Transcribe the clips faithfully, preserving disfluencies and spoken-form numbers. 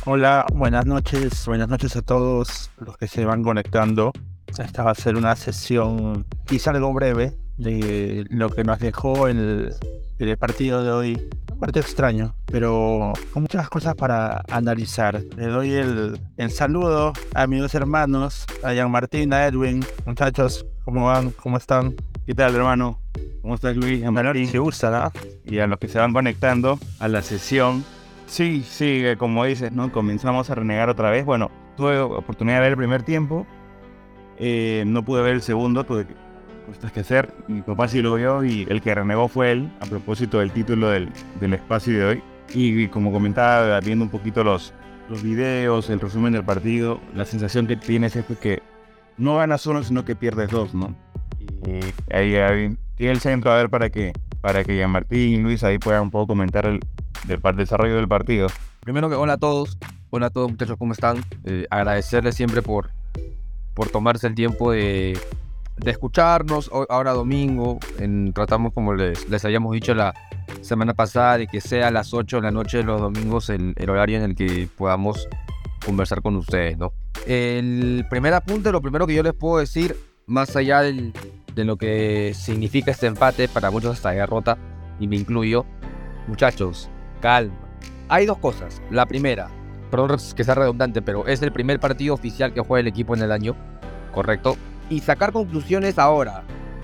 Hola, buenas noches, buenas noches a todos los que se van conectando. Esta va a ser una sesión quizá algo breve de lo que nos dejó el, el partido de hoy. Un partido extraño, pero con muchas cosas para analizar. Le doy el, el saludo a mis dos hermanos, a Jean Martín, a Edwin. Muchachos, ¿cómo van? ¿Cómo están? ¿Qué tal, hermano? ¿Cómo estás, Luis? Martín, se usa, ¿no? Y a los que se van conectando a la sesión. Sí, sí, como dices, ¿no? Comenzamos a renegar otra vez. Bueno, tuve oportunidad de ver el primer tiempo. Eh, no pude ver el segundo, tuve cosas que hacer. Mi papá sí lo vio y el que renegó fue él, a propósito del título del, del espacio de hoy. Y, y como comentaba, viendo un poquito los, los videos, el resumen del partido, la sensación que tienes es que no ganas uno, sino que pierdes dos, ¿no? Y ahí, ahí tiene el centro a ver para que, para que Jean Martín y Luis ahí puedan un poco comentar el, del desarrollo del partido. Primero que hola a todos, hola a todos muchachos, ¿cómo están? Eh, agradecerles siempre por, por tomarse el tiempo de, de escucharnos. Hoy, ahora domingo, en, tratamos como les, les habíamos dicho la semana pasada de que sea a las ocho de la noche de los domingos el, el horario en el que podamos conversar con ustedes, ¿no? El primer apunte, lo primero que yo les puedo decir, más allá del, de lo que significa este empate, para muchos esta derrota, y me incluyo, muchachos, calma. Hay dos cosas. La primera, perdón que sea redundante, pero es el primer partido oficial que juega el equipo en el año, correcto. Y sacar conclusiones ahora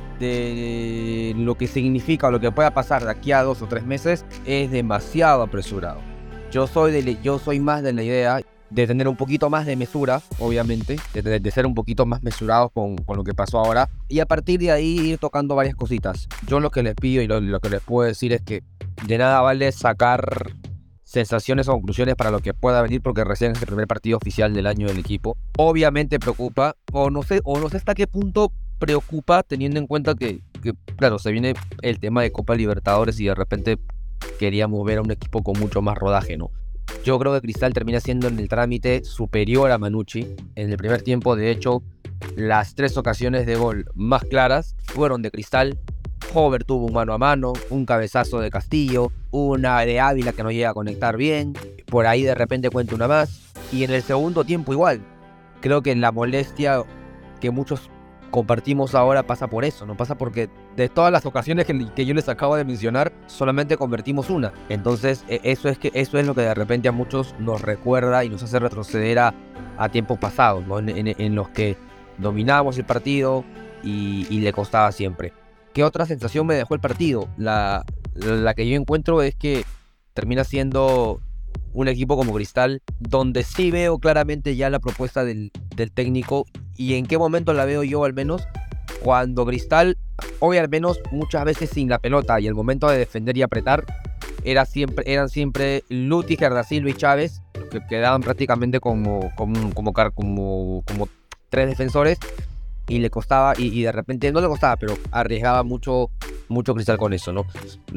de lo que significa o lo que pueda pasar de aquí a dos o tres meses es demasiado apresurado. Yo soy, de, yo soy más de la idea de tener un poquito más de mesura, obviamente, de, de, de ser un poquito más mesurados con, con lo que pasó ahora, y a partir de ahí ir tocando varias cositas. Yo lo que les pido y lo, lo que les puedo decir es que de nada vale sacar sensaciones o conclusiones para lo que pueda venir, porque recién es el primer partido oficial del año del equipo. Obviamente preocupa, o no sé, o no sé hasta qué punto preocupa, teniendo en cuenta que, que, claro, se viene el tema de Copa Libertadores y de repente queríamos ver a un equipo con mucho más rodaje, ¿no? Yo creo que Cristal termina siendo en el trámite superior a Manucci. En el primer tiempo, de hecho, las tres ocasiones de gol más claras fueron de Cristal. Hover tuvo un mano a mano, un cabezazo de Castillo, una de Ávila que no llega a conectar bien, por ahí de repente cuenta una más. Y en el segundo tiempo igual. Creo que la molestia que muchos compartimos ahora pasa por eso, no pasa porque de todas las ocasiones que, que yo les acabo de mencionar, solamente convertimos una. Entonces eso es, que, eso es lo que de repente a muchos nos recuerda y nos hace retroceder a, a tiempos pasados, ¿no? en, en, en los que dominábamos el partido y, y le costaba siempre. ¿Qué otra sensación me dejó el partido? La, la que yo encuentro es que termina siendo un equipo como Cristal, donde sí veo claramente ya la propuesta del, del técnico. ¿Y en qué momento la veo yo al menos? Cuando Cristal, hoy al menos muchas veces sin la pelota y el momento de defender y apretar, era siempre, eran siempre Luti, Gerda Silva y Chávez, que quedaban prácticamente como, como, como, como, como tres defensores. Y le costaba, y, y de repente no le costaba, pero arriesgaba mucho, mucho Cristal con eso, ¿no?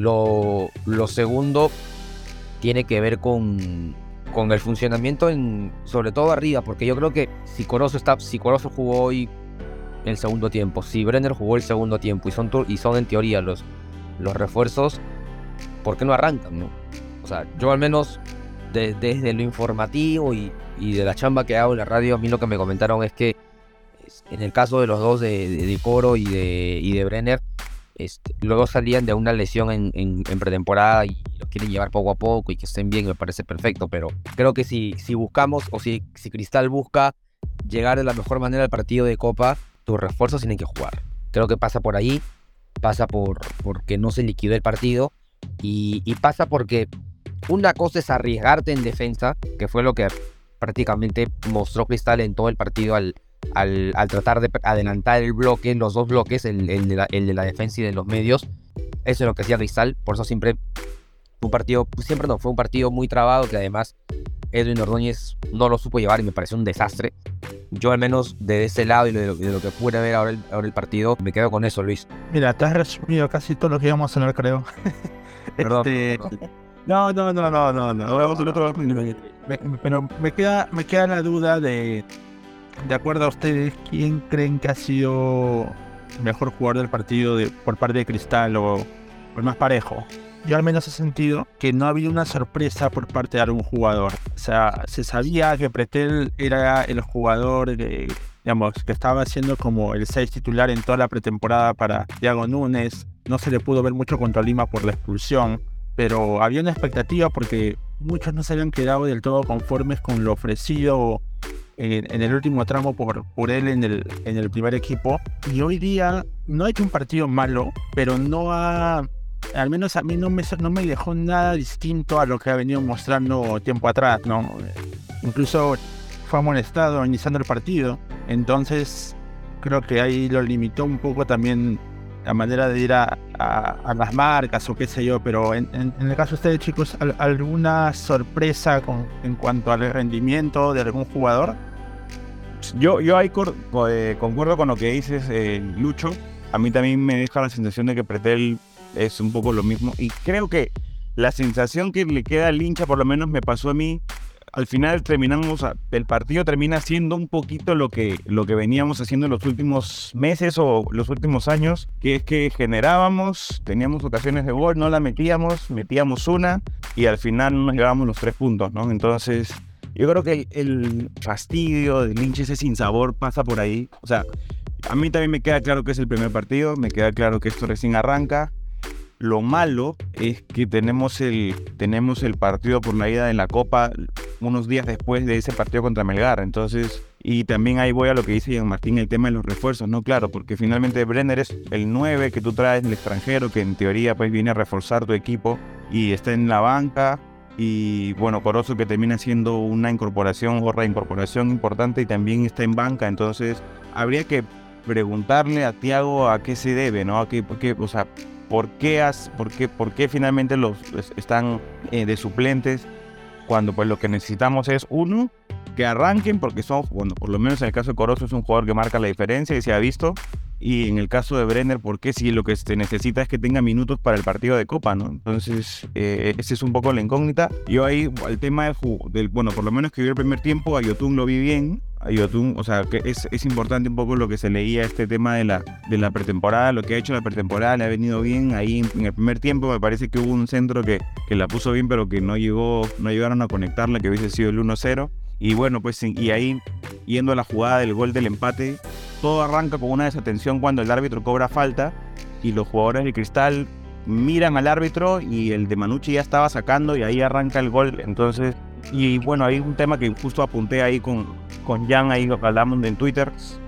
Lo, lo segundo tiene que ver con, con el funcionamiento, en, sobre todo arriba, porque yo creo que si Corozo, está, si Corozo jugó hoy el segundo tiempo, si Brenner jugó el segundo tiempo, y son, y son en teoría los, los refuerzos, ¿por qué no arrancan, no? O sea, yo al menos de, desde lo informativo y, y de la chamba que hago en la radio, a mí lo que me comentaron es que en el caso de los dos, de, de, de Coro y de, y de Brenner, este, los dos salían de una lesión en, en, en pretemporada y los quieren llevar poco a poco y que estén bien, me parece perfecto, pero creo que si, si buscamos o si, si Cristal busca llegar de la mejor manera al partido de Copa, tus refuerzos tienen que jugar. Creo que pasa por ahí, pasa por porque no se liquidó el partido y, y pasa porque una cosa es arriesgarte en defensa, que fue lo que prácticamente mostró Cristal en todo el partido al Al, al tratar de adelantar el bloque, los dos bloques, el, el, de la, el de la defensa y de los medios. Eso es lo que hacía Cristal, por eso siempre fue un partido, siempre no, fue un partido muy trabado, que además Edwin Ordóñez no lo supo llevar y me pareció un desastre. Yo al menos de ese lado y de lo, de lo que pude ver ahora el, ahora el partido, me quedo con eso, Luis. Mira, te has resumido casi todo lo que íbamos a hablar, creo. Perdón. este... No, no, no, no, no, no. Me, pero me queda, me queda la duda de... De acuerdo a ustedes, ¿quién creen que ha sido el mejor jugador del partido de, por parte de Cristal o, pues más parejo. Yo al menos he sentido que no ha habido una sorpresa por parte de algún jugador. O sea, se sabía que Pretel era el jugador que, digamos, que estaba haciendo como el seis titular en toda la pretemporada para Thiago Núñez. No se le pudo ver mucho contra Lima por la expulsión, pero había una expectativa porque muchos no se habían quedado del todo conformes con lo ofrecido en, en el último tramo por, por él en el, en el primer equipo. Y hoy día no ha hecho un partido malo, pero no ha... Al menos a mí no me, no me dejó nada distinto a lo que ha venido mostrando tiempo atrás, ¿no? Incluso fue amonestado iniciando el partido, entonces creo que ahí lo limitó un poco también la manera de ir a, a, a las marcas o qué sé yo, pero en, en, en el caso de ustedes, chicos, ¿al, ¿alguna sorpresa con, en cuanto al rendimiento de algún jugador? Yo, yo ahí cor, eh, concuerdo con lo que dices, eh, Lucho. A mí también me deja la sensación de que Pretel es un poco lo mismo. Y creo que la sensación que le queda al hincha, por lo menos me pasó a mí, al final terminamos, el partido termina siendo un poquito lo que, lo que veníamos haciendo en los últimos meses o los últimos años, que es que generábamos, teníamos ocasiones de gol, no la metíamos, metíamos una y al final no nos llevábamos los tres puntos, ¿no? Entonces, yo creo que el fastidio del hincha, ese sinsabor pasa por ahí. O sea, a mí también me queda claro que es el primer partido, me queda claro que esto recién arranca. Lo malo es que tenemos el, tenemos el partido por la ida en la Copa unos días después de ese partido contra Melgar. Entonces, y también ahí voy a lo que dice Jean Martín, el tema de los refuerzos, ¿no? Claro, porque finalmente Brenner es el nueve que tú traes del extranjero, que en teoría pues viene a reforzar tu equipo y está en la banca. Y bueno, Corozo, que termina siendo una incorporación o reincorporación importante y también está en banca. Entonces, habría que preguntarle a Thiago a qué se debe, ¿no? A qué, por qué, o sea, ¿por qué, has, por qué, por qué finalmente los están eh, de suplentes cuando pues lo que necesitamos es uno, que arranquen, porque son, bueno, por lo menos en el caso de Corozo es un jugador que marca la diferencia y se ha visto. Y en el caso de Brenner, ¿por qué? Si lo que se necesita es que tenga minutos para el partido de Copa, ¿no? Entonces, eh, esa es un poco la incógnita. Yo ahí, el tema del, del, bueno, por lo menos que vi el primer tiempo, a Yotun lo vi bien. A Yotun, o sea, que es, es importante un poco lo que se leía, este tema de la, de la pretemporada, lo que ha hecho la pretemporada, le ha venido bien. Ahí en el primer tiempo me parece que hubo un centro que, que la puso bien, pero que no llegó, no llegaron a conectarla, que hubiese sido el uno cero. Y bueno, pues, y ahí, yendo a la jugada del gol del empate, todo arranca con una desatención cuando el árbitro cobra falta y los jugadores de Cristal miran al árbitro y el de Manucci ya estaba sacando y ahí arranca el gol. Entonces, y bueno, hay un tema que justo apunté ahí con, con Jan, ahí lo hablamos en Twitter,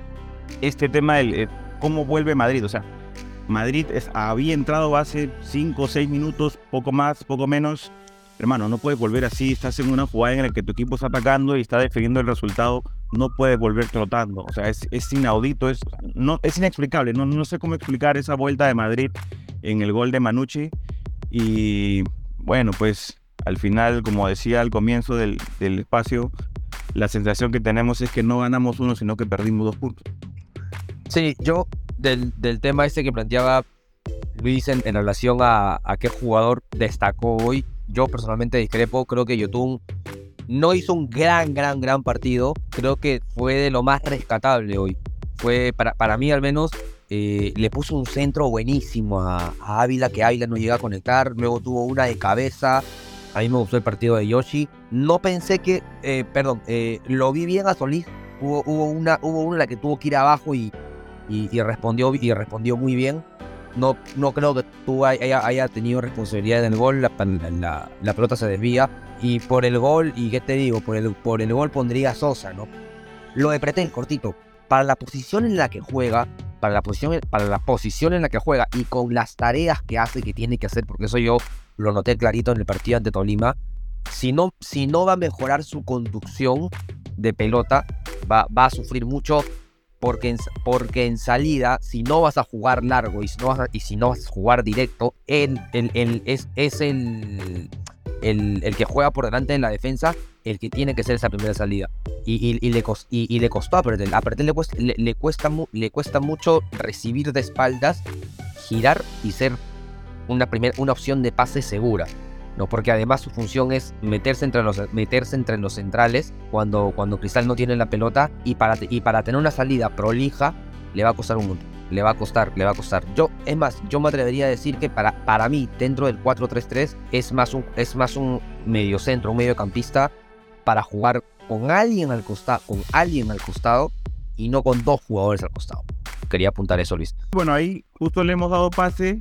este tema del eh, cómo vuelve Madrid. O sea, Madrid es, había entrado hace cinco o seis minutos, poco más, poco menos. Hermano, no puedes volver así, estás en una jugada en la que tu equipo está atacando y está defendiendo el resultado, no puedes volver trotando. O sea, es, es inaudito, es, no, es inexplicable, no, no sé cómo explicar esa vuelta de Madrid en el gol de Manucci. Y bueno, pues al final, como decía al comienzo del, del espacio, la sensación que tenemos es que no ganamos uno, sino que perdimos dos puntos. Sí, yo del, del tema este que planteaba Luis en, en relación a, a qué jugador destacó hoy, yo personalmente discrepo. Creo que Yotun no hizo un gran, gran, gran partido. Creo que fue de lo más rescatable hoy. Fue, para, para mí al menos, eh, le puso un centro buenísimo a, a Ávila, que Ávila no llega a conectar. Luego tuvo una de cabeza. A mí me gustó el partido de Yoshi. No pensé que, eh, perdón, eh, lo vi bien a Solís. Hubo, hubo, una, hubo una en la que tuvo que ir abajo y, y, y, respondió, y respondió muy bien. No, no creo que tú haya, haya tenido responsabilidad en el gol, la, la, la pelota se desvía. Y por el gol, y qué te digo, por el, por el gol pondría a Sosa, ¿no? Lo de Pretel, cortito, para la posición en la que juega, para la posición, para la posición en la que juega y con las tareas que hace, que tiene que hacer, porque eso yo lo noté clarito en el partido ante Tolima, si no, si no va a mejorar su conducción de pelota, va, va a sufrir mucho. Porque en, porque en salida, si no vas a jugar largo y si no vas a, y si no vas a jugar directo, él, él, él es, es el, el, el que juega por delante en la defensa, el que tiene que ser esa primera salida. Y, y, y, le, cost, y, y le costó a Pretel. A Pretel le cuesta, le, le, cuesta, le cuesta mucho recibir de espaldas, girar y ser una, primer, una opción de pase segura. No, porque además su función es meterse entre los, meterse entre los centrales cuando, cuando Cristal no tiene la pelota, y para, y para tener una salida prolija le va a costar un montón. le va a costar, le va a costar. Yo, es más, yo me atrevería a decir que para, para mí, dentro del cuatro tres tres, es más un, es más un mediocentro, un mediocampista para jugar con alguien al costado, con alguien al costado y no con dos jugadores al costado. Quería apuntar eso, Luis. Bueno, ahí justo le hemos dado pase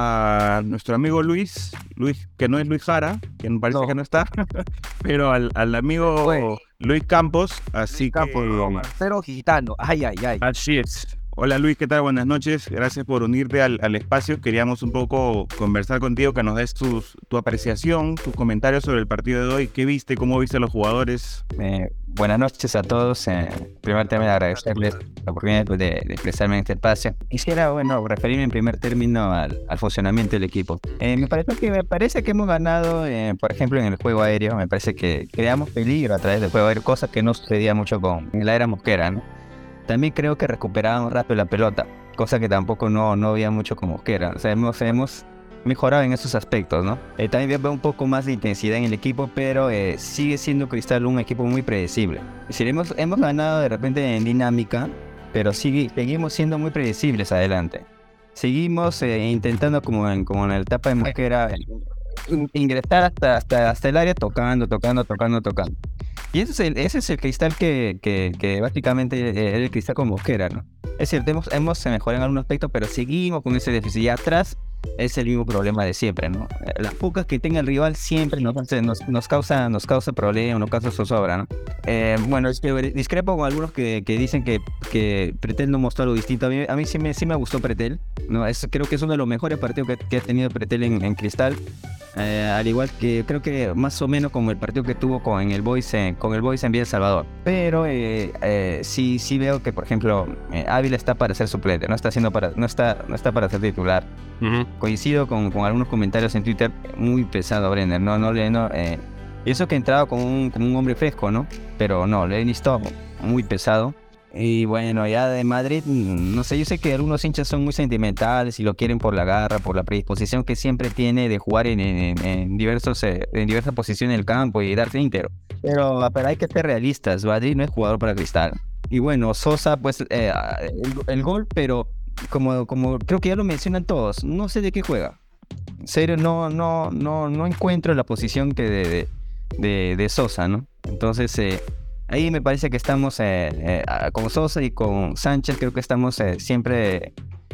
a nuestro amigo Luis, Luis, que no es Luis Jara, que me parece No. que no está, pero al, al amigo Bueno. Luis Campos, así Luis Campos, que... Marcelo Gitano, ay, ay, ay. Así es. Hola Luis, ¿qué tal? Buenas noches. Gracias por unirte al, al espacio. Queríamos un poco conversar contigo, que nos des tus, tu apreciación, tus comentarios sobre el partido de hoy. ¿Qué viste? ¿Cómo viste a los jugadores? Eh, buenas noches a todos. Eh, primer término, agradecerles la oportunidad de, de expresarme en este espacio. Quisiera, bueno, referirme en primer término al, al funcionamiento del equipo. Eh, me, parece que, me parece que hemos ganado, eh, por ejemplo, en el juego aéreo. Me parece que creamos peligro a través del juego aéreo, cosa que no sucedía mucho con en la era Mosquera, ¿no? También creo que recuperaban rápido la pelota, cosa que tampoco no, no había mucho con Mosquera. O sea, hemos, hemos mejorado en esos aspectos, ¿no? Eh, también veo un poco más de intensidad en el equipo, pero eh, sigue siendo Cristal un equipo muy predecible. Es decir, hemos, hemos ganado de repente en dinámica, pero sigue, seguimos siendo muy predecibles adelante. Seguimos eh, intentando, como en, como en la etapa de Mosquera, in, ingresar hasta, hasta, hasta el área tocando, tocando, tocando, tocando. Y ese es el, ese es el Cristal que, que, que básicamente era el Cristal con Mosquera, ¿no? Es cierto, hemos, hemos mejorado en algún aspecto, pero seguimos con ese déficit. Y atrás es el mismo problema de siempre, ¿no? Las pocas que tenga el rival siempre nos, nos, nos causa nos causa problemas, nos causa zozobra, ¿no? Eh, bueno, es que discrepo con algunos que, que dicen que, que Pretel no mostró algo distinto. A mí, a mí sí, me, sí me gustó Pretel, ¿no? Es, creo que es uno de los mejores partidos que, que ha tenido Pretel en, en Cristal. Eh, al igual que creo que más o menos como el partido que tuvo con el Boys en, con el Boys en Villa El Salvador, pero eh, eh, sí sí veo que por ejemplo eh, Ávila está para ser suplente, no está haciendo para no está no está para ser titular. Uh-huh. Coincido con, con algunos comentarios en Twitter muy pesado, Brenner, no no le no eh, eso que ha entrado como un como un hombre fresco, ¿no? Pero no, le he visto muy pesado. Y bueno, ya de Madrid, no sé, yo sé que algunos hinchas son muy sentimentales y lo quieren por la garra, por la predisposición que siempre tiene de jugar en, en, en, diversos, eh, en diversas posiciones del campo y darse íntegro. Pero, pero hay que ser realistas, Madrid no es jugador para Cristal. Y bueno, Sosa, pues, eh, el, el gol, pero como, como creo que ya lo mencionan todos, no sé de qué juega. En serio, no, no, no, no encuentro la posición que de, de, de, de Sosa, ¿no? Entonces, eh, ahí me parece que estamos eh, eh, con Sosa y con Sánchez, creo que estamos eh, siempre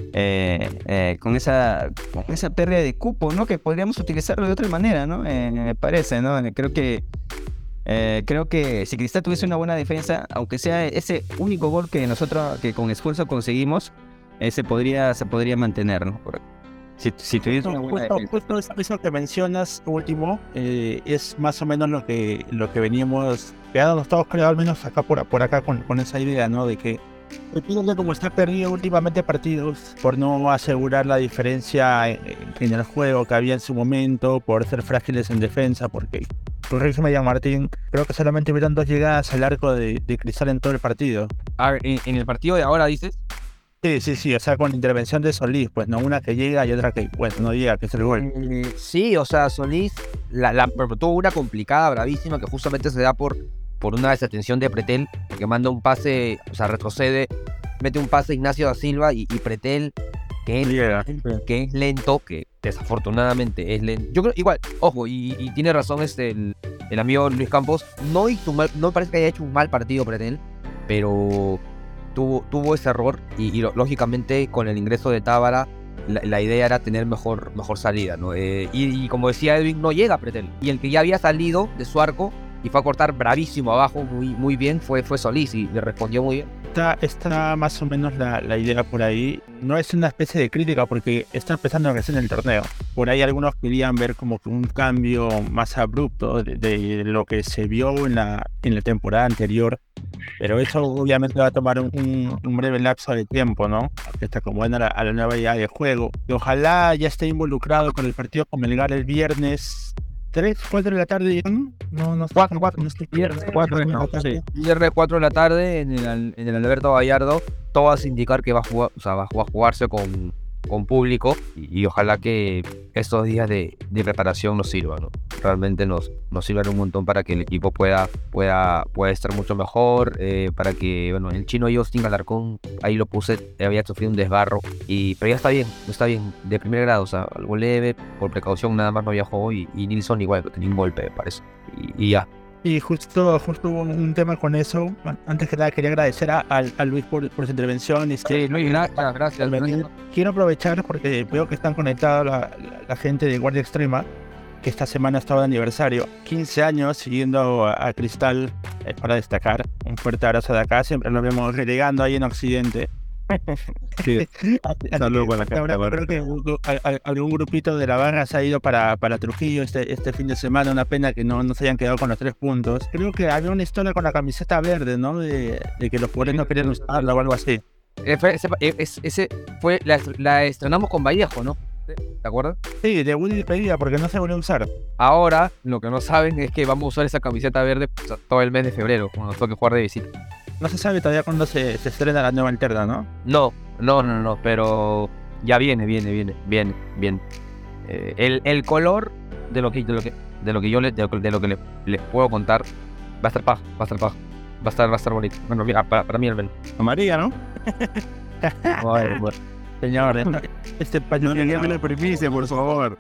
eh, eh, con esa con esa pérdida de cupo, ¿no? Que podríamos utilizarlo de otra manera, ¿no? Eh, me parece, ¿no? Creo que eh, creo que si Cristal tuviese una buena defensa, aunque sea ese único gol que nosotros que con esfuerzo conseguimos, eh, se podría se podría mantener, ¿no? Por, Si, si tuviese una buena justo, justo eso, eso que mencionas último eh, es más o menos lo que lo que veníamos quedándonos todos, creo, al menos acá por, por acá con, con esa idea, ¿no? De que el Tigre, como está perdido últimamente partidos por no asegurar la diferencia en, en el juego que había en su momento, por ser frágiles en defensa, porque corrígeme ya Martín, creo que solamente hubieron dos llegadas al arco de, de Cristal en todo el partido. A ver, en, en el partido de ahora dices. Sí, sí, sí, o sea, con la intervención de Solís, pues no, una que llega y otra que, bueno, no llega, que es el gol. Eh, sí, o sea, Solís la, la, tuvo una complicada, bravísima, que justamente se da por, por una desatención de Pretel, porque manda un pase, o sea, retrocede, mete un pase a Ignacio da Silva y, y Pretel, que es, yeah. que es lento, que desafortunadamente es lento. Yo creo, igual, ojo, y, y tiene razón este, el, el amigo Luis Campos, no, hizo mal, no parece que haya hecho un mal partido Pretel, pero... Tuvo, tuvo ese error y, y lógicamente con el ingreso de Tábara la, la idea era tener mejor, mejor salida, ¿no? Eh, y, y como decía Edwin, no llega a Pretel. Y el que ya había salido de su arco y fue a cortar bravísimo abajo, muy, muy bien, fue, fue Solís y le respondió muy bien. Está, está más o menos la, la idea por ahí. No es una especie de crítica porque está empezando a crecer en el torneo. Por ahí algunos querían ver como que un cambio más abrupto de, de lo que se vio en la, en la temporada anterior. Pero eso obviamente va a tomar un, un, un breve lapso de tiempo, ¿no? Que está como a la, a la nueva idea de juego. Y ojalá ya esté involucrado con el partido con Melgar el viernes tres, cuatro de la tarde. No, no, cuatro, cuatro, no estoy viernes, cuatro de la tarde. Viernes cuatro de la tarde en el, en el Alberto Gallardo. Todo hace indicar que va a jugar, o sea, va a jugarse con, con público y, y ojalá que estos días de, de preparación nos sirvan, ¿no? Realmente nos, nos sirvan un montón para que el equipo pueda, pueda, pueda estar mucho mejor, eh, para que, bueno, el chino Justin Alarcón, ahí lo puse, había sufrido un desgarro, y, pero ya está bien, está bien, de primer grado, o sea, algo leve, por precaución nada más no viajó, y, y Nilsson igual, tenía un golpe, me parece, y, y ya. Y justo, justo hubo un tema con eso. Antes que nada quería agradecer a, a, a Luis por, por su intervención. Y sí, Luis, gracias, gracias. Quiero, quiero aprovechar porque veo que están conectados la, la, la gente de Guardia Extrema, que esta semana estaba de aniversario. quince años siguiendo a, a Cristal, eh, para destacar. Un fuerte abrazo de acá, siempre nos vemos relegando ahí en Occidente. Sí. Saludos con la cara. Ahora creo que a, a, algún grupito de la barra se ha ido para, para Trujillo este, este fin de semana. Una pena que no, no se hayan quedado con los tres puntos. Creo que había una historia con la camiseta verde, ¿no? De, de que los jugadores no querían usarla o algo así. Ese, ese, ese fue la, la estrenamos con Vallejo, ¿no? ¿Te acuerdas? Sí, de Willy pedida porque no se volvió a usar. Ahora, lo que no saben es que vamos a usar esa camiseta verde pues, todo el mes de febrero, cuando nos toque jugar de visita. No se sabe todavía cuándo se, se estrena la nueva alterna, ¿no? No, no, no, no, pero ya viene, viene, viene, viene, viene. Eh, el, el color de lo que, de lo que, de lo que yo les, de lo que, de lo que les, les puedo contar va a estar paja, va a estar paja, va a estar, va a estar bonito. Bueno, mira, para, para mí al menos. Amarilla, ¿no? Bueno, bueno. Señor, este pañuelo. No me lo primicia, por favor.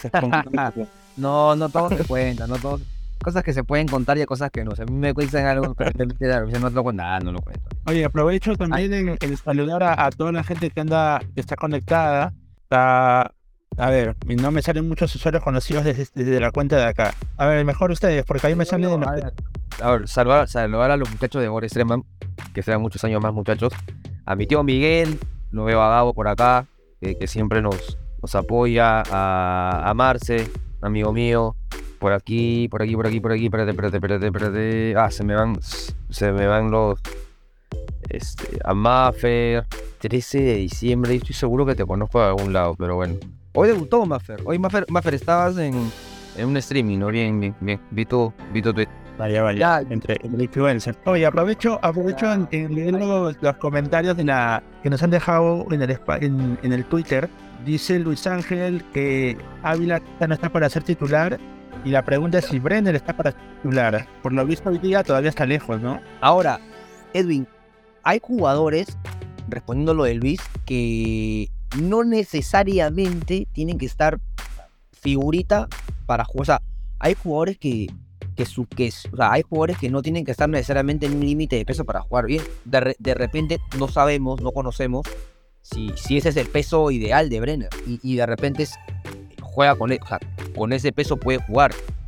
No, no todo se cuenta, no todo. Cosas que se pueden contar y cosas que no. Si a mí me dicen algo, pero no te lo cuento, nada, no lo cuento. Oye, aprovecho también en, en saludar a, a toda la gente que anda, que está conectada. Está, a ver, no me salen muchos usuarios conocidos desde, desde la cuenta de acá. A ver, mejor ustedes, porque ahí me salen de los... A ver, saludar, saludar a los muchachos de Guardia Extrema, que sean muchos años más, muchachos. A mi tío Miguel, lo veo a Gabo por acá, que, que siempre nos, nos apoya. A, a Marce, amigo mío. Por aquí, por aquí, por aquí, por aquí, espérate, espérate, espérate, espérate. Ah, se me van, se me van los... Este, a Maffer, trece de diciembre, estoy seguro que te conozco de algún lado, pero bueno. Hoy debutó Maffer, hoy Maffer, Maffer estabas en, en un streaming, ¿no? Bien, bien, bien, vi tu, vi tu tweet. Vaya, vaya, ya, entre, entre influencers. Oye, aprovecho, aprovecho en, en leer los, los comentarios de la, que nos han dejado en el, en, en el Twitter. Dice Luis Ángel que Ávila no está para ser titular. Y la pregunta es si Brenner está para titular. Por lo visto hoy día todavía está lejos, ¿no? Ahora, Edwin, hay jugadores, respondiendo lo de Luis, que no necesariamente tienen que estar figurita para jugar. O sea, hay jugadores que, que, su, que o sea, hay jugadores que no tienen que estar necesariamente en un límite de peso para jugar bien. De, re, de repente no sabemos, no conocemos si, si ese es el peso ideal de Brenner. Y, y de repente es, juega con, o sea, con ese peso puede jugar.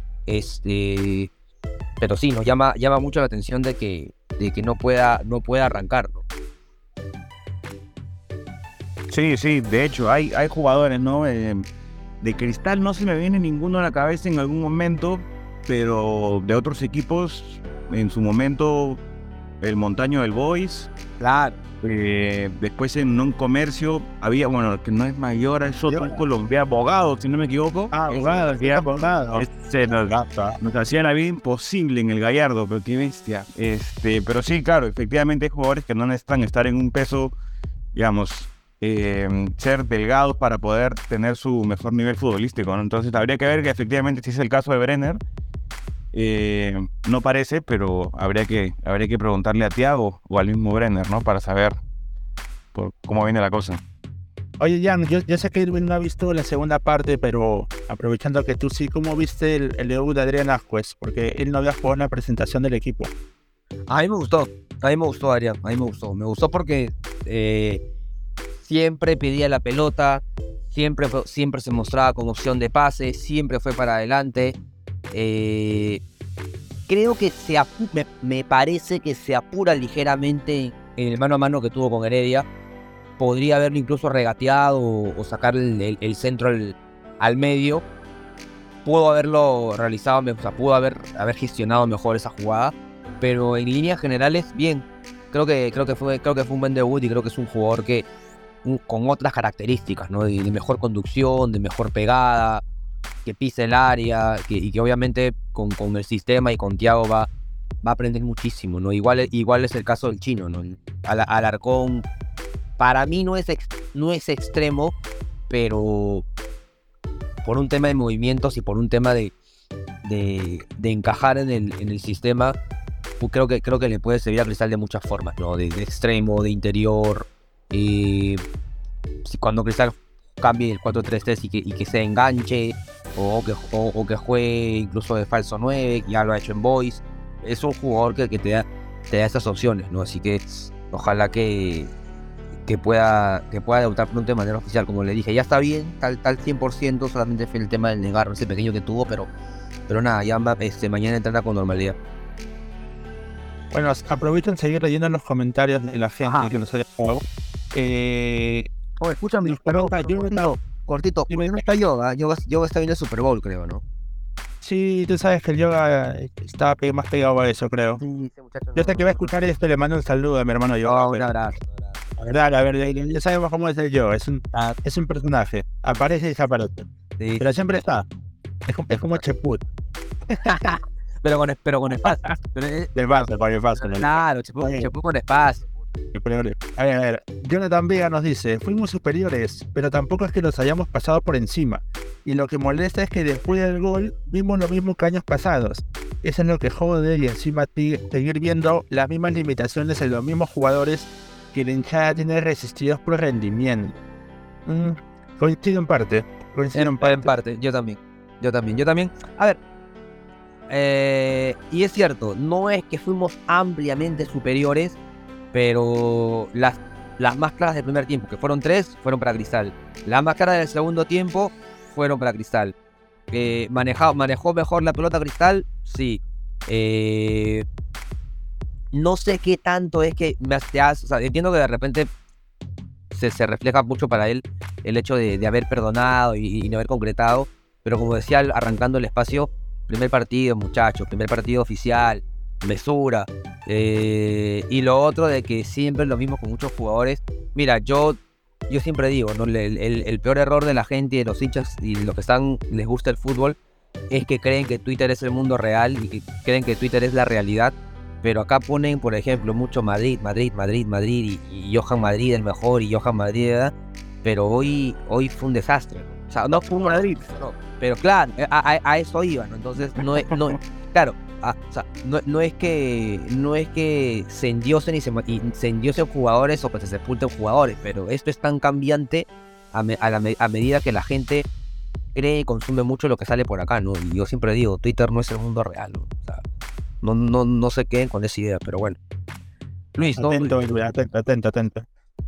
Este, pero sí, nos llama, llama mucho la atención de que, de que no pueda, no pueda arrancar, ¿no? Sí, sí, de hecho, hay, hay jugadores, ¿no? Eh, de Cristal no se me viene ninguno a la cabeza en algún momento, pero de otros equipos, en su momento, el Montaño del Boys. Claro. Eh, después en un comercio había, bueno, que no es mayor, es otro colombiano, abogado, si no me equivoco. Ah, abogado, sí, abogado. Este, nos, nos hacía la vida imposible en el Gallardo, pero qué bestia. Este, pero sí, claro, efectivamente hay jugadores que no necesitan estar en un peso, digamos, eh, ser delgados para poder tener su mejor nivel futbolístico, ¿no? Entonces habría que ver que efectivamente si es el caso de Brenner. Eh, no parece, pero habría que, habría que preguntarle a Thiago o al mismo Brenner, ¿no? Para saber por cómo viene la cosa. Oye, Jan, yo, yo sé que Edwin no ha visto la segunda parte, pero aprovechando que tú sí, ¿cómo viste el, el debut de Adrián Ascuez? Porque él no había jugado en la presentación del equipo. A mí me gustó, a mí me gustó, Adrián, a mí me gustó. Me gustó porque eh, siempre pedía la pelota, siempre, siempre se mostraba con opción de pase, siempre fue para adelante. Eh, creo que se apu- me, me parece que se apura ligeramente en el mano a mano que tuvo con Heredia. Podría haberlo incluso regateado o, o sacar el, el, el centro al, al medio. Pudo haberlo realizado, o sea, pudo haber, haber gestionado mejor esa jugada. Pero en líneas generales, bien. Creo que, creo que, fue, creo que fue un buen debut y creo que es un jugador que un, con otras características, ¿no? De, de mejor conducción, de mejor pegada, que pisa el área que, y que obviamente con, con el sistema y con Thiago va, va a aprender muchísimo, ¿no? Igual, igual es el caso del chino, ¿no? Al, Alarcón, para mí no es, ex, no es extremo, pero por un tema de movimientos y por un tema de, de, de encajar en el, en el sistema, creo que, creo que le puede servir a Cristal de muchas formas, ¿no? De, de extremo, de interior, y cuando Cristal cambie el cuatro tres tres y que, y que se enganche, o que, o, o que juegue incluso de falso nueve, ya lo ha hecho en Boys, es un jugador que, que te, da, te da esas opciones, ¿no? Así que ojalá que, que, pueda, que pueda debutar pronto de manera oficial. Como le dije, ya está bien, tal, tal cien por ciento, solamente fue el tema del negar, ese pequeño que tuvo, pero, pero nada, ya este, mañana entrará con normalidad. Bueno, aprovecho en seguir leyendo los comentarios de la gente Ajá. que nos haya jugado. Eh, oh, escúchame, pero, yo no, cortito, no está Yoga, Yoga, Yoga está viendo el Super Bowl, creo, ¿no? Sí, tú sabes que el Yoga está más pegado a eso, creo. Sí, ese muchacho yo sé no, que va a escuchar no. esto, le mando un saludo a mi hermano Yoga. Oh, un abrazo. La verdad, a ver, ya sabemos cómo es el Yoga, es un, ah. es un personaje, aparece y desaparece. Sí. Pero siempre está, es como, es como Cheput. pero con, pero con espacio. Pero es, de espacio, con espacio. Claro, Cheput, Cheput con espacio. A ver, a ver, Jonathan Vega nos dice, fuimos superiores, pero tampoco es que los hayamos pasado por encima. Y lo que molesta es que después del gol vimos lo mismo que años pasados. Eso es lo que jode y encima seguir viendo las mismas limitaciones en los mismos jugadores que la hinchada tiene resistidos por rendimiento. Mm, coincido en parte. Coincido en, en, parte. en parte. Yo también. Yo también. Yo también. A ver. Eh, y es cierto, no es que fuimos ampliamente superiores, pero las, las más claras del primer tiempo, que fueron tres, fueron para Cristal. Las más claras del segundo tiempo fueron para Cristal. Eh, manejó, manejó mejor la pelota Cristal, sí. Eh, no sé qué tanto es que me hace, o sea, entiendo que de repente se, se refleja mucho para él el hecho de, de haber perdonado y, y no haber concretado, pero como decía, arrancando el espacio, primer partido, muchachos, primer partido oficial, mesura, eh, y lo otro de que siempre es lo mismo con muchos jugadores. Mira, yo yo siempre digo, ¿no? el, el, el peor error de la gente, de los hinchas y los que están les gusta el fútbol, es que creen que Twitter es el mundo real y que creen que Twitter es la realidad, pero acá ponen, por ejemplo, mucho Madrid, Madrid, Madrid, Madrid, y, y Johan Madrid el mejor, y Johan Madrid, ¿verdad? Pero hoy, hoy fue un desastre, ¿no? O sea, no fue un Madrid, no, pero claro, a, a, a eso iba, ¿no? Entonces, no es, no, claro, a, o sea, no, no es que no es que se endiosen y se, y se endiosen jugadores o que se sepulten jugadores, pero esto es tan cambiante a, me, a, la, a medida que la gente cree y consume mucho lo que sale por acá, ¿no? Y yo siempre digo, Twitter no es el mundo real, ¿no? O sea, no, no, no se queden con esa idea, pero bueno. Luis, ¿no? Atento, atento, atento, atento.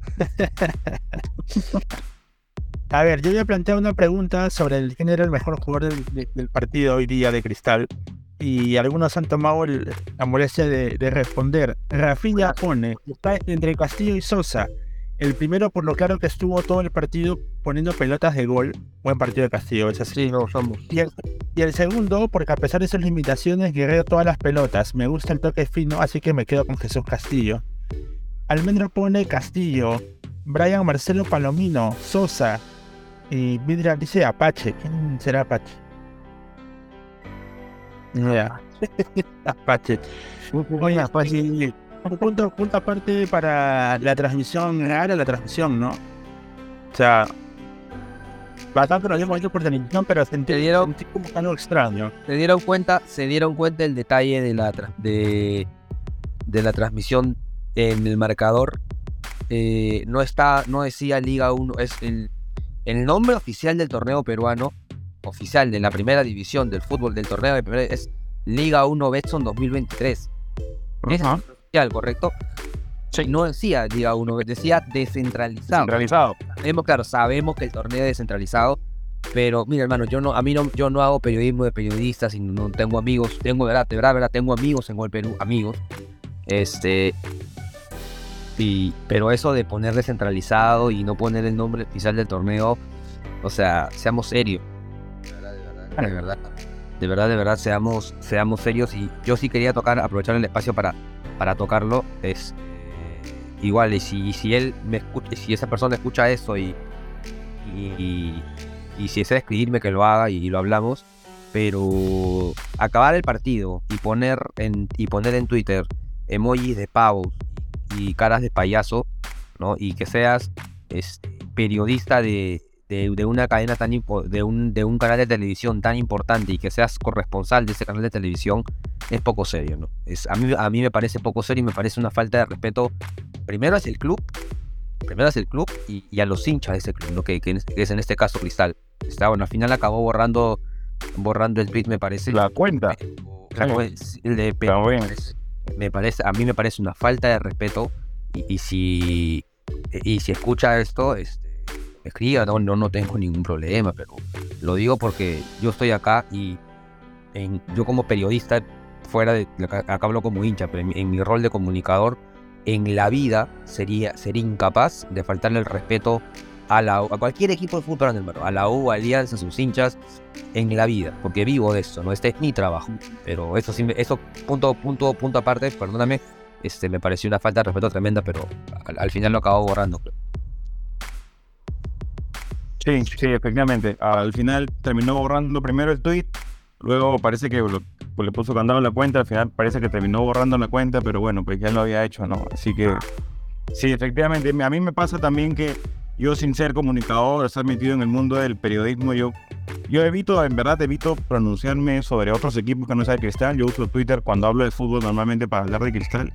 A ver, yo voy a plantear una pregunta sobre el quién era el mejor jugador del, de, del partido hoy día de Cristal. Y algunos han tomado el, la molestia de, de responder. Rafinha pone, está entre Castillo y Sosa. El primero por lo claro que estuvo todo el partido poniendo pelotas de gol. Buen partido de Castillo, es así. Sí, no, somos. Y el, y el segundo, porque a pesar de sus limitaciones, guerrero todas las pelotas. Me gusta el toque fino, así que me quedo con Jesús Castillo. Almendro pone Castillo. Brian Marcelo Palomino, Sosa. Y Vidra dice Apache. ¿Quién será Apache? Yeah. Apache. Oye, Apache. Punto, punto aparte para la transmisión rara, la transmisión, ¿no? O sea, bastante lo dimos hecho por televisión, pero sentí, dieron, sentí como algo extraño. Se dieron cuenta, se dieron cuenta el detalle de la de, de la transmisión en el marcador. Eh, no está, no decía Liga uno, es el, el nombre oficial del torneo peruano, oficial de la primera división del fútbol del torneo de primera, es Liga uno Betson dos mil veintitrés. Uh-huh. Es oficial, ¿correcto? Sí. No decía Liga uno, decía descentralizado. Descentralizado. Sabemos, claro, sabemos que el torneo es descentralizado, pero mira, hermano, yo no, a mí no, yo no hago periodismo de periodistas y no tengo amigos, tengo verdad, de verdad, verdad, tengo amigos en Gol Perú, amigos, este, y, pero eso de poner descentralizado y no poner el nombre oficial del torneo, o sea, seamos serios. De verdad, de verdad, de verdad, seamos, seamos serios. Y yo sí quería tocar, aprovechar el espacio para, para tocarlo. Es eh, igual, y si, si él me escucha, si esa persona escucha eso y, y, y, y si desea escribirme, que lo haga y, y lo hablamos. pero acabar el partido y poner en, y poner en Twitter emojis de pavos y caras de payaso, ¿no? Y que seas este, periodista de, de, de una cadena tan impo- de un, de un canal de televisión tan importante y que seas corresponsal de ese canal de televisión es poco serio, ¿no? Es, a, mí, a mí me parece poco serio y me parece una falta de respeto primero hacia el club, primero hacia el club y, y a los hinchas de ese club, ¿no? que, que, es, que es en este caso Cristal. Está, bueno, al final acabó borrando borrando el tweet, me parece. La cuenta. La cu- el de- Está bien. me parece, a mí me parece una falta de respeto y, y si y si escucha esto, este, escriba, no, no, no tengo ningún problema, pero lo digo porque yo estoy acá y en, yo como periodista, fuera de, acá, acá hablo como hincha, pero en, en mi rol de comunicador, en la vida sería, sería incapaz de faltarle el respeto a, la, a cualquier equipo de fútbol, hermano, a la U, a Alianza, a sus hinchas, en la vida, porque vivo de esto, ¿no? Este es mi trabajo, pero eso sí, me- eso punto, punto, punto aparte, perdóname, este, me pareció una falta de respeto tremenda, pero al, al final lo acabo borrando. Sí, sí, efectivamente. Al final terminó borrando primero el tweet, luego parece que lo- pues le puso candado a la cuenta, al final parece que terminó borrando la cuenta, pero bueno, pues ya lo había hecho, ¿no? Así que sí, efectivamente, a mí me pasa también que yo, sin ser comunicador, estar metido en el mundo del periodismo, yo, yo evito, en verdad, evito pronunciarme sobre otros equipos que no sea de Cristal. Yo uso Twitter cuando hablo de fútbol normalmente para hablar de Cristal.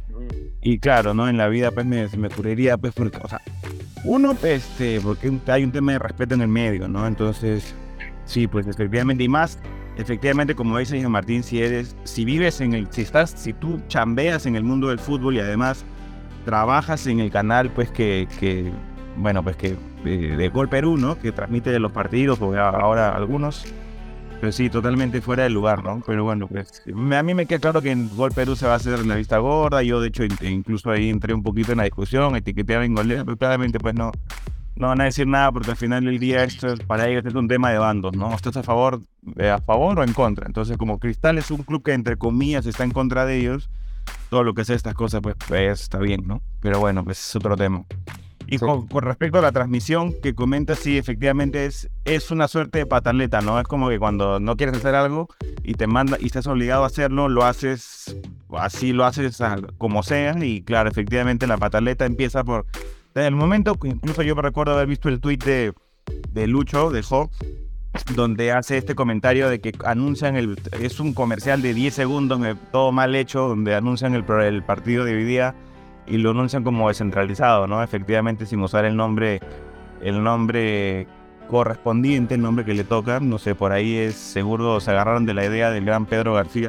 Y claro, ¿no? En la vida pues me, se me ocurriría, pues, porque, o sea, uno, pues, este, porque hay un tema de respeto en el medio, ¿no? Entonces, sí, pues efectivamente, y más, efectivamente, como dice Jean Martín, si eres, si vives en el, si estás, si tú chambeas en el mundo del fútbol y además trabajas en el canal, pues, que, que bueno, pues, que de, de Gol Perú, ¿no? Que transmite los partidos, o ahora algunos, pero sí, totalmente fuera de lugar, ¿no? Pero bueno, pues a mí me queda claro que en Gol Perú se va a hacer la vista gorda. Yo, de hecho, in- incluso ahí entré un poquito en la discusión, etiqueteaba en golera, pero claramente, pues no, no van a decir nada porque al final del día esto es, para ellos es un tema de bandos, ¿no? ¿Estás a favor, eh, a favor o en contra? Entonces, como Cristal es un club que, entre comillas, está en contra de ellos, todo lo que sea estas cosas, pues, pues está bien, ¿no? Pero bueno, pues es otro tema. Y Sí. con, con respecto a la transmisión que comentas, sí, efectivamente es, es una suerte de pataleta, ¿no? Es como que cuando no quieres hacer algo y te manda y estás obligado a hacerlo, lo haces, así lo haces a- como sea. Y claro, efectivamente la pataleta empieza por... Desde el momento que incluso yo me recuerdo haber visto el tuit de, de Lucho, de Job, donde hace este comentario de que anuncian el... Es un comercial de diez segundos, eh, todo mal hecho, donde anuncian el, pro- el partido de hoy día y lo anuncian como descentralizado, ¿no? Efectivamente, sin usar el nombre, el nombre correspondiente, el nombre que le toca. No sé, por ahí es seguro se agarraron de la idea del gran Pedro García.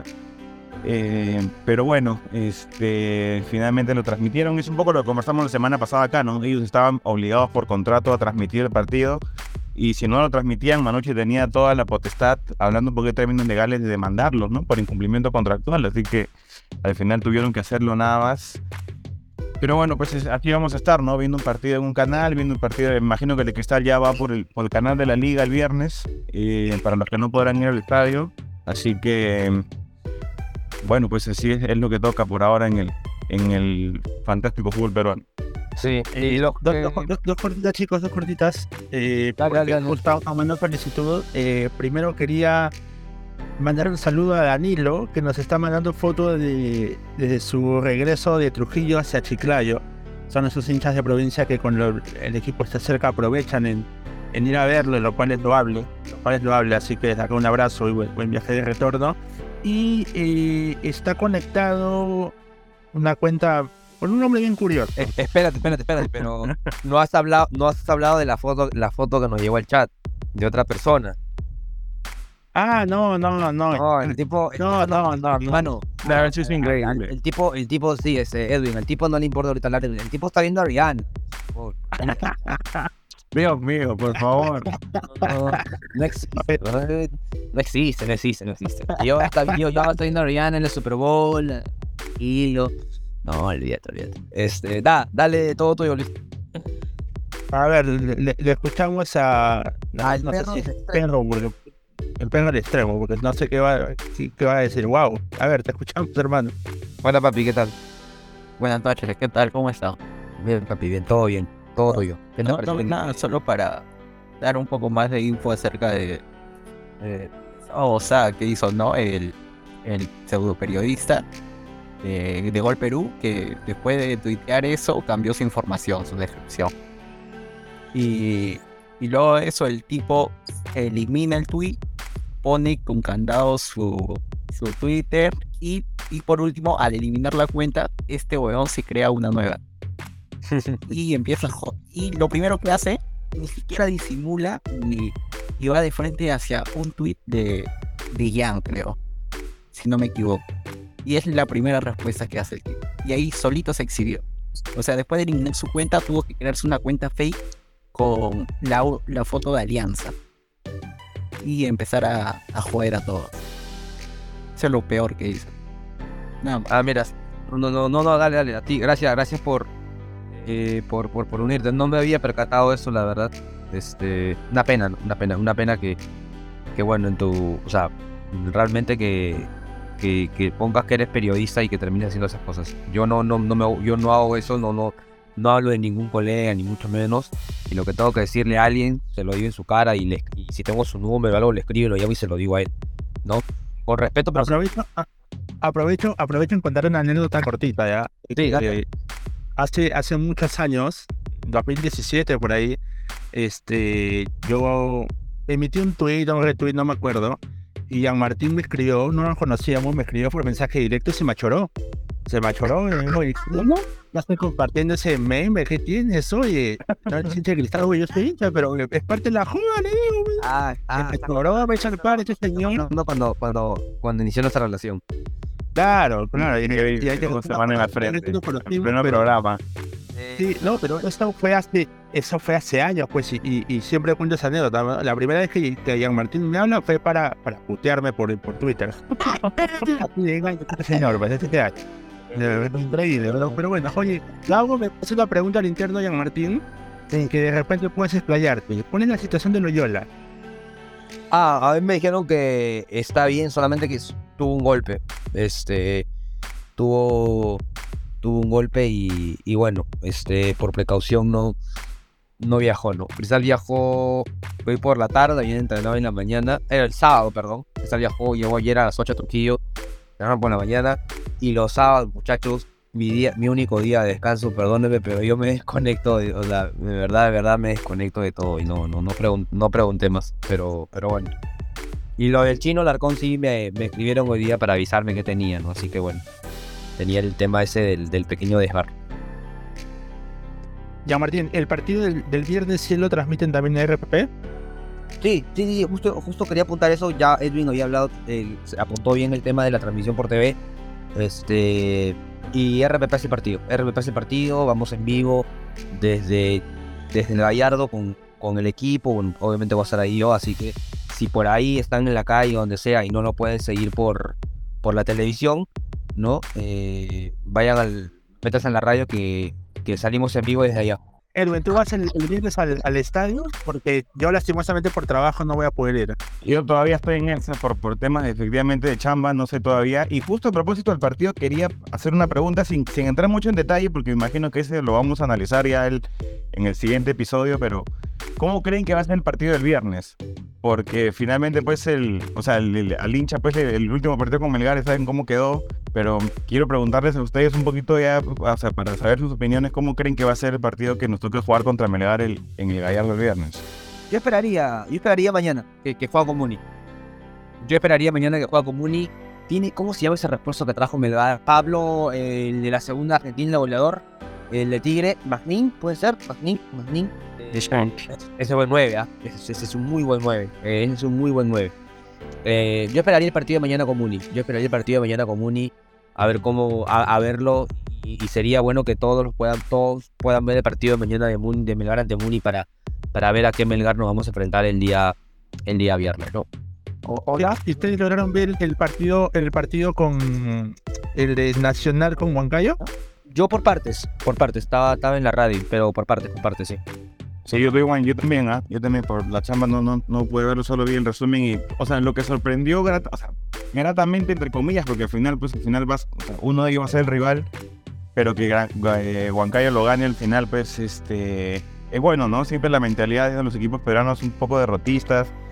Eh, pero bueno, este, finalmente lo transmitieron. Es un poco lo que conversamos la semana pasada acá, ¿no? Ellos estaban obligados por contrato a transmitir el partido. Y si no lo transmitían, Manucci tenía toda la potestad, hablando un poco de términos legales, de demandarlos, ¿no? Por incumplimiento contractual. Así que al final tuvieron que hacerlo nada más. Pero bueno, pues es- aquí vamos a estar, ¿no? Viendo un partido en un canal, viendo un partido, me imagino que el de Cristal ya va por el, por el canal de la Liga el viernes, eh, para los que no podrán ir al estadio. Así que, bueno, pues así es, es lo que toca por ahora en el, en el fantástico fútbol peruano. Sí, Eh, y lo dos, que- dos- dos- dos cortitas, chicos, dos cortitas. Eh, Dale, porque dale, dale. justo estamos mandando solicitudes. Eh, primero quería mandar un saludo a Danilo, que nos está mandando fotos de, de su regreso de Trujillo hacia Chiclayo. Son esos hinchas de provincia que cuando el equipo está cerca aprovechan en, en ir a verlo, lo cual es loable, lo cual es loable. Así que desde acá un abrazo y buen, buen viaje de retorno. Y eh, está conectado una cuenta con un nombre bien curioso. Eh, espérate, espérate, espérate, pero no has hablado, no has hablado de la foto, la foto que nos llegó al chat de otra persona. Ah, no, no, no. No, el tipo, el- No, no, no, no. mano, La versión es al- increíble. el tipo, el tipo, sí, ese Edwin, el tipo no le importa ahorita hablar, el tipo está viendo a Rihanna. Oh, Dios mío, por favor. no, no existe, no existe, no existe, no existe. Yo hasta yo, yo estoy viendo a Rihanna en el Super Bowl y yo, no, olvídate, olvídate. Este, da, dale todo tuyo, Luis. A ver, le, le- le escuchamos a. Ah, el no sé perro si es del perro, porque- el perro al extremo, porque no sé qué va, qué, qué va a decir. Wow. A ver, te escuchamos, hermano. Hola, papi, ¿qué tal? Buenas noches, ¿qué tal? ¿Cómo está? Bien, papi, bien, todo bien, todo tuyo. ¿Qué te No, parece? no, nada, solo para dar un poco más de info acerca de, de O sea, ¿qué hizo, no? El, el pseudo periodista de, de Gol Perú, que después de tuitear eso, cambió su información, su descripción. Y, y luego de eso, el tipo elimina el tweet, pone con candado su, su Twitter, y, y por último, al eliminar la cuenta, este weón se crea una nueva. Y empieza a joder. Y lo primero que hace, ni siquiera disimula ni y va de frente hacia un tweet de, de Jan, creo, si no me equivoco. Y es la primera respuesta que hace el tipo. Y ahí solito se exhibió. O sea, después de eliminar su cuenta, tuvo que crearse una cuenta fake con la, la foto de Alianza. Y empezar a, a joder a todos. Eso es lo peor que hizo. Nada más. Ah, mira. No, no, no, no, dale, dale. A ti, gracias, gracias por, eh, por, por, por unirte. No me había percatado de eso, la verdad. Este, una pena, una pena, una pena que, que bueno, en tu, o sea, realmente que, que, que pongas que eres periodista y que termines haciendo esas cosas. Yo no, no, no me, yo no hago eso, no, no, no hablo de ningún colega ni mucho menos. Y lo que tengo que decirle a alguien, se lo digo en su cara y, le, y si tengo su número o algo le escribo, lo llamo y se lo digo a él, ¿no? Con respeto, pero Aprovecho, a- aprovecho, aprovecho en contar una anécdota cortita, ¿ya? sí, dale. Eh, hace, hace muchos años, dos mil diecisiete por ahí, este, yo emití un tweet, un retweet, no me acuerdo, y Jean Martín me escribió, no nos conocíamos, me escribió por mensaje directo y se me achoró. Se me achoró y me dijo, "¿Y ¿cómo? Ya estoy compartiendo ese meme, ¿qué tienes? Oye, no eres hincha de Cristal, güey, yo soy hincha, pero es parte de la joda, le digo, güey. Ah, ah, Se me achoró, me echa el par, este señor. no, no, cuando, cuando, cuando inició nuestra relación. Claro, claro. Y, Y, y ahí te como se van en la frente. nos conocimos, En pleno pero- programa. Sí, no, pero eso fue hace, eso fue hace años, pues, y, y, y siempre cuento esa anécdota, ¿no? La primera vez que, que Jean Martín me habla fue para, para putearme por, por Twitter. Así de engaño, este señor, pues, este año. De verdad, increíble, ¿verdad? Pero bueno, oye, Gabo me hace una pregunta al interno Jean Martín, en que de repente puedes explayarte. Pones la situación de Loyola. Ah, a mí me dijeron que está bien, solamente que tuvo un golpe. Este, tuvo, tuvo un golpe y, y bueno, este, por precaución no, no viajó, ¿no? Cristal viajó hoy por la tarde, había entrenado en la mañana, era el sábado, perdón. Cristal viajó, llegó ayer a las ocho a Trujillo, entrenaron por la mañana, y los sábados, muchachos, mi día, mi único día de descanso, perdónenme, pero yo me desconecto, de, o sea, de verdad, de verdad me desconecto de todo y no, no, no, pregun- no pregunté más, pero, pero bueno. Y lo del Chino Larcón sí me, me escribieron hoy día para avisarme que tenía, ¿no? Así que bueno, tenía el tema ese del, del pequeño desgarro. Jean Martín, ¿el partido del, del viernes sí lo transmiten también en R P P? Sí, sí, sí, justo, justo quería apuntar eso, ya Edwin había hablado, eh, se apuntó bien el tema de la transmisión por T V, este, y R P P es el partido, R P P es el partido, vamos en vivo desde, desde el Gallardo con, con el equipo, bueno, obviamente voy a estar ahí yo, así que si por ahí están en la calle o donde sea y no lo pueden seguir por, por la televisión, ¿no? Eh, vayan al, métanse en la radio que, que salimos en vivo desde allá. Edwin, ¿tú vas el, el viernes al, al estadio? Porque yo lastimosamente por trabajo no voy a poder ir. Yo todavía estoy en esa por, por temas efectivamente de chamba, no sé todavía. Y justo a propósito del partido quería hacer una pregunta sin, sin entrar mucho en detalle, porque me imagino que ese lo vamos a analizar ya el, en el siguiente episodio, pero ¿cómo creen que va a ser el partido del viernes? Porque finalmente pues el, o sea, el, el- al hincha pues el, el último partido con Melgar, saben cómo quedó, pero quiero preguntarles a ustedes un poquito ya, o sea, para saber sus opiniones, ¿cómo creen que va a ser el partido que nos toque jugar contra Melgar el, en el Gallardo el viernes? Yo esperaría, yo esperaría mañana que, que juegue con Muni. Yo esperaría mañana que juegue con Muni. Tiene, ¿cómo se llama ese refuerzo que trajo Melgar? Pablo, eh, el de la segunda Argentina, el goleador. El de Tigre, Magnin, ¿puede ser? Magnin, Magnin. Eh, ese buen nueve, ¿ah? Ese, ese es un muy buen nueve. Eh, ese es un muy buen nueve. Eh, yo esperaría el partido de mañana con Muni. Yo esperaría el partido de mañana con Muni. A ver cómo, a, a verlo. Y, y sería bueno que todos los puedan, todos puedan ver el partido de mañana de Muni, de Melgar ante Muni para, para ver a qué Melgar nos vamos a enfrentar el día, el día viernes, ¿no? O- Hola, ¿y ustedes lograron ver el partido, el partido con el de Nacional con Huancayo? Yo por partes, por partes, estaba, estaba en la radio, pero por partes, por partes, sí. Sí, yo, igual, yo también, ¿ah? Yo también por la chamba no, no, no pude verlo, solo vi el resumen y, o sea, lo que sorprendió, grata, o sea, gratamente, entre comillas, porque al final, pues al final vas, o sea, uno de ellos va a ser el rival, pero que Gra- eh, Huancayo lo gane al final, pues, este, es bueno, ¿no? Siempre la mentalidad de los equipos peruanos un poco derrotistas,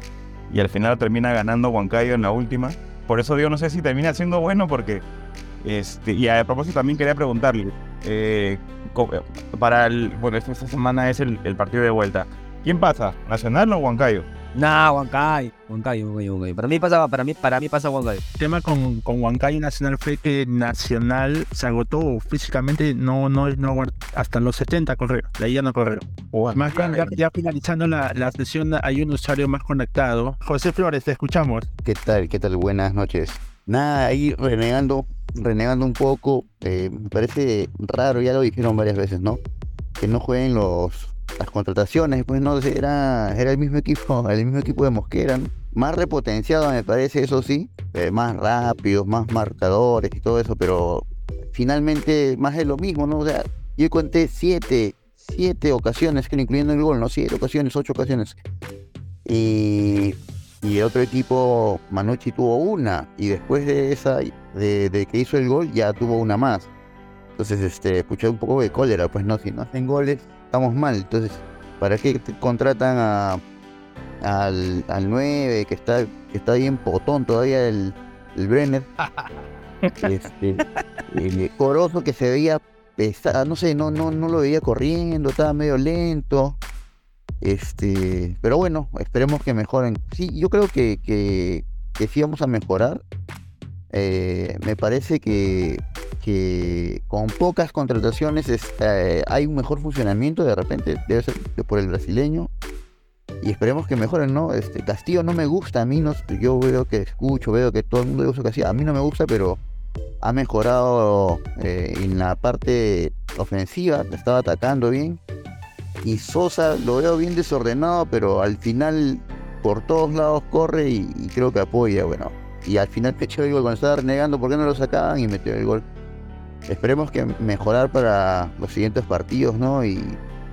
y al final termina ganando Huancayo en la última. Por eso digo, no sé si termina siendo bueno porque... Este, y a propósito también quería preguntarle, eh, para el... Bueno, esta, esta semana es el, el partido de vuelta. ¿Quién pasa? ¿Nacional o Huancayo? Nah, Huancayo, Huancayo, Huancayo, Huancayo. Para mí pasa, para mí, para mí pasa Huancayo. El tema con, con Huancayo y Nacional fue que Nacional se agotó físicamente, no, no, no hasta los setenta corrió, de ahí ya no corrió. Oh, Más bien, ya, ya finalizando la, la sesión, hay un usuario más conectado. José Flores, te escuchamos. ¿Qué tal? ¿Qué tal? Buenas noches. Nada, ahí renegando, renegando un poco, eh, me parece raro, ya lo dijeron varias veces, ¿no? Que no jueguen los... las contrataciones, pues no, era, era el mismo equipo, el mismo equipo de Mosquera, ¿no? Más repotenciado me parece, eso sí, eh, más rápidos, más marcadores y todo eso, pero finalmente más de lo mismo, ¿no? O sea, yo conté siete, siete ocasiones, que incluyendo el gol, ¿no? Siete ocasiones, ocho ocasiones. Y, y el otro equipo, Manucci tuvo una, y después de esa, de, de que hizo el gol, ya tuvo una más. Entonces, este, escuché un poco de cólera, pues no, si no hacen goles, estamos mal. Entonces, ¿para qué te contratan a, al, al nueve, que está, que está bien potón todavía el, el Brenner? Este, el Corozo, que se veía pesado, no sé, no, no, no lo veía corriendo, estaba medio lento. Este, pero bueno, esperemos que mejoren. Sí, yo creo que, que, que sí vamos a mejorar. Eh, me parece que que con pocas contrataciones es, eh, hay un mejor funcionamiento, de repente debe ser por el brasileño, y esperemos que mejoren, ¿no? Este, Castillo no me gusta, a mí no, yo veo que escucho, veo que todo el mundo usa Castillo, a mí no me gusta, pero ha mejorado eh, en la parte ofensiva, estaba atacando bien, y Sosa lo veo bien desordenado, pero al final por todos lados corre y, y creo que apoya, bueno, y al final echó el gol cuando estaba renegando por qué no lo sacaban y metió el gol. Esperemos que mejorar para los siguientes partidos, ¿no? Y,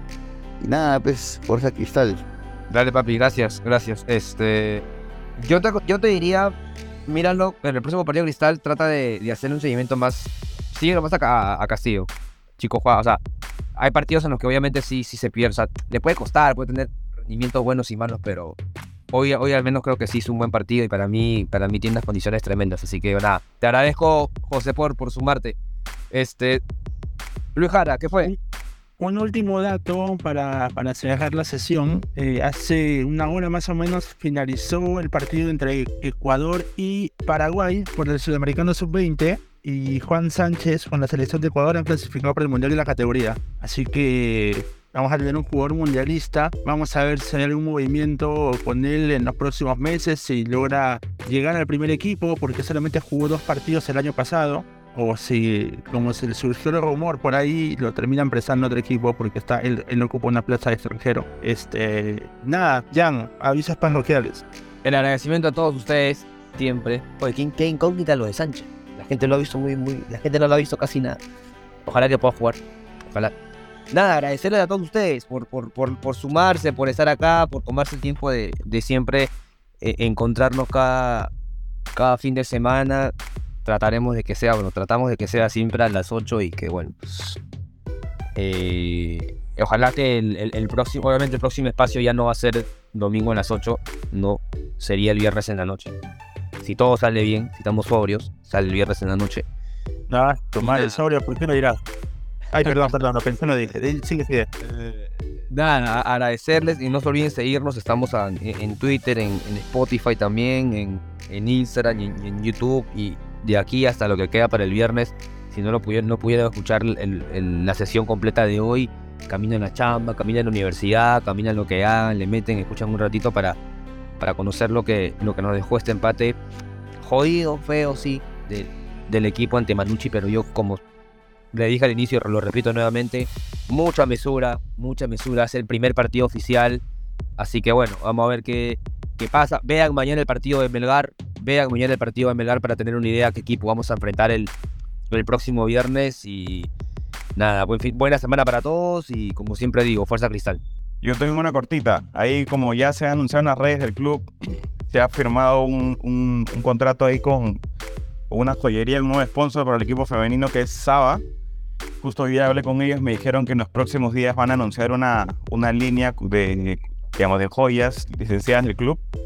y nada, pues, Fuerza Cristal. Dale, papi, gracias, gracias. Este, yo te, yo te diría, míralo, en el próximo partido Cristal trata de, de hacer un seguimiento más, sigue más a, a Castillo, chico juega, o sea, hay partidos en los que obviamente sí, sí se pierde, o sea, le puede costar, puede tener rendimientos buenos y malos, pero hoy, hoy al menos creo que sí hizo un buen partido y para mí, para mí tiene unas condiciones tremendas, así que nada, te agradezco, José, por, por sumarte. Este, Luis Jara, ¿qué fue? Un último dato para, para cerrar la sesión. Eh, hace una hora más o menos finalizó el partido entre Ecuador y Paraguay por el Sudamericano sub veinte, y Juan Sánchez con la selección de Ecuador han clasificado para el Mundial de la categoría. Así que vamos a tener un jugador mundialista. Vamos a ver si hay algún movimiento con él en los próximos meses, si logra llegar al primer equipo, porque solamente jugó dos partidos el año pasado. O si, como se le surgió el rumor por ahí, lo terminan prestando a otro equipo porque está él, él ocupa una plaza de extranjero. Este, nada, Jan, avisos parroquiales. El agradecimiento a todos ustedes, siempre. Oye, qué, qué incógnita lo de Sánchez. La gente lo ha visto muy, muy, la gente no lo ha visto casi nada. Ojalá que pueda jugar. Ojalá. Nada, agradecerles a todos ustedes por, por, por, por sumarse, por estar acá, por tomarse el tiempo de, de siempre eh, encontrarnos cada, cada fin de semana. Trataremos de que sea, bueno, tratamos de que sea siempre a las ocho y que, bueno, pues, eh, ojalá que el, el, el próximo, obviamente el próximo espacio ya no va a ser domingo a las ocho, no, sería el viernes en la noche. Si todo sale bien, si estamos sobrios, sale el viernes en la noche. Nada, tomar el sobrio, ¿por qué no dirás? Ay, perdón, perdón, lo pensé, no dije. Sigue, sigue. Eh, nada, agradecerles y no se olviden seguirnos, estamos a, en, en Twitter, en, en Spotify también, en, en Instagram y en, en YouTube, y de aquí hasta lo que queda para el viernes, si no lo pudieron, no pudieron escuchar el, el, la sesión completa de hoy, camina en la chamba, camina en la universidad, camina en lo que hagan, le meten, escuchan un ratito para, para conocer lo que, lo que nos dejó este empate jodido, feo, sí, de, del equipo ante Manucci, pero yo, como le dije al inicio, lo repito nuevamente, mucha mesura, mucha mesura, es el primer partido oficial, así que bueno, vamos a ver qué, qué pasa. Vean mañana el partido de Melgar, vean mañana el partido de Melgar para tener una idea de qué equipo vamos a enfrentar el, el próximo viernes. Y nada, buen fin, buena semana para todos y como siempre digo, Fuerza Cristal. Yo tengo una cortita. Ahí, como ya se ha anunciado en las redes del club, se ha firmado un, un, un contrato ahí con una joyería, un nuevo sponsor para el equipo femenino que es Saba. Justo hoy hablé con ellos, me dijeron que en los próximos días van a anunciar una, una línea de, digamos, de joyas licenciadas del club.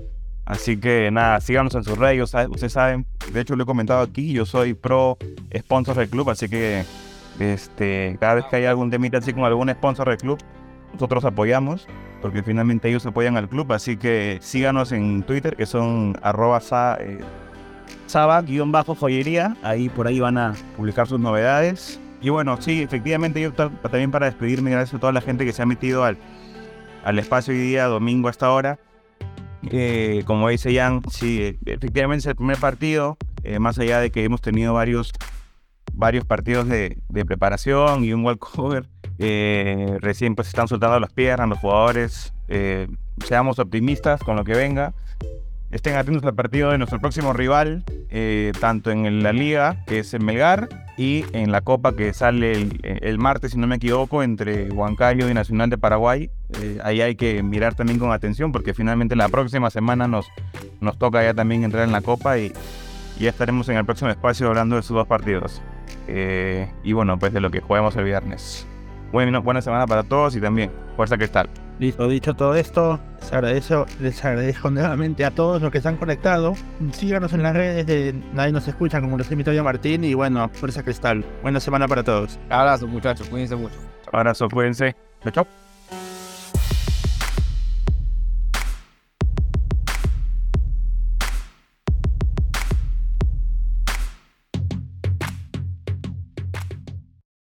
Así que nada, síganos en sus redes, ustedes saben, de hecho lo he comentado aquí, yo soy pro sponsor del club, así que este, cada vez que hay algún temita así con algún sponsor del club, nosotros apoyamos, porque finalmente ellos apoyan al club, así que síganos en Twitter, que son arroba sa, eh, saba-joyería, ahí por ahí van a publicar sus novedades. Y bueno, sí, efectivamente yo ta- también para despedirme, gracias a toda la gente que se ha metido al, al espacio hoy día, domingo a esta hora. Eh, como dice Jan, sí, efectivamente es el primer partido, eh, más allá de que hemos tenido varios, varios partidos de, de preparación y un walkover, eh, recién pues están soltando las piernas los jugadores, eh, seamos optimistas con lo que venga, estén atentos al partido de nuestro próximo rival, eh, tanto en la liga, que es el Melgar, y en la Copa que sale el, el martes, si no me equivoco, entre Huancayo y Nacional de Paraguay. Eh, ahí hay que mirar también con atención, porque finalmente la próxima semana nos, nos toca ya también entrar en la Copa y, y ya estaremos en el próximo espacio hablando de esos dos partidos. Eh, y bueno, pues de lo que juguemos el viernes. Bueno, buena semana para todos y también Fuerza Cristal. Listo, dicho todo esto, les agradezco, les agradezco nuevamente a todos los que se han conectado. Síganos en las redes de Nadie Nos Escucha, como los invitó ya Martín. Y bueno, Fuerza Cristal. Buena semana para todos. Abrazo, muchachos, cuídense mucho. Abrazo, cuídense. Chao, chao.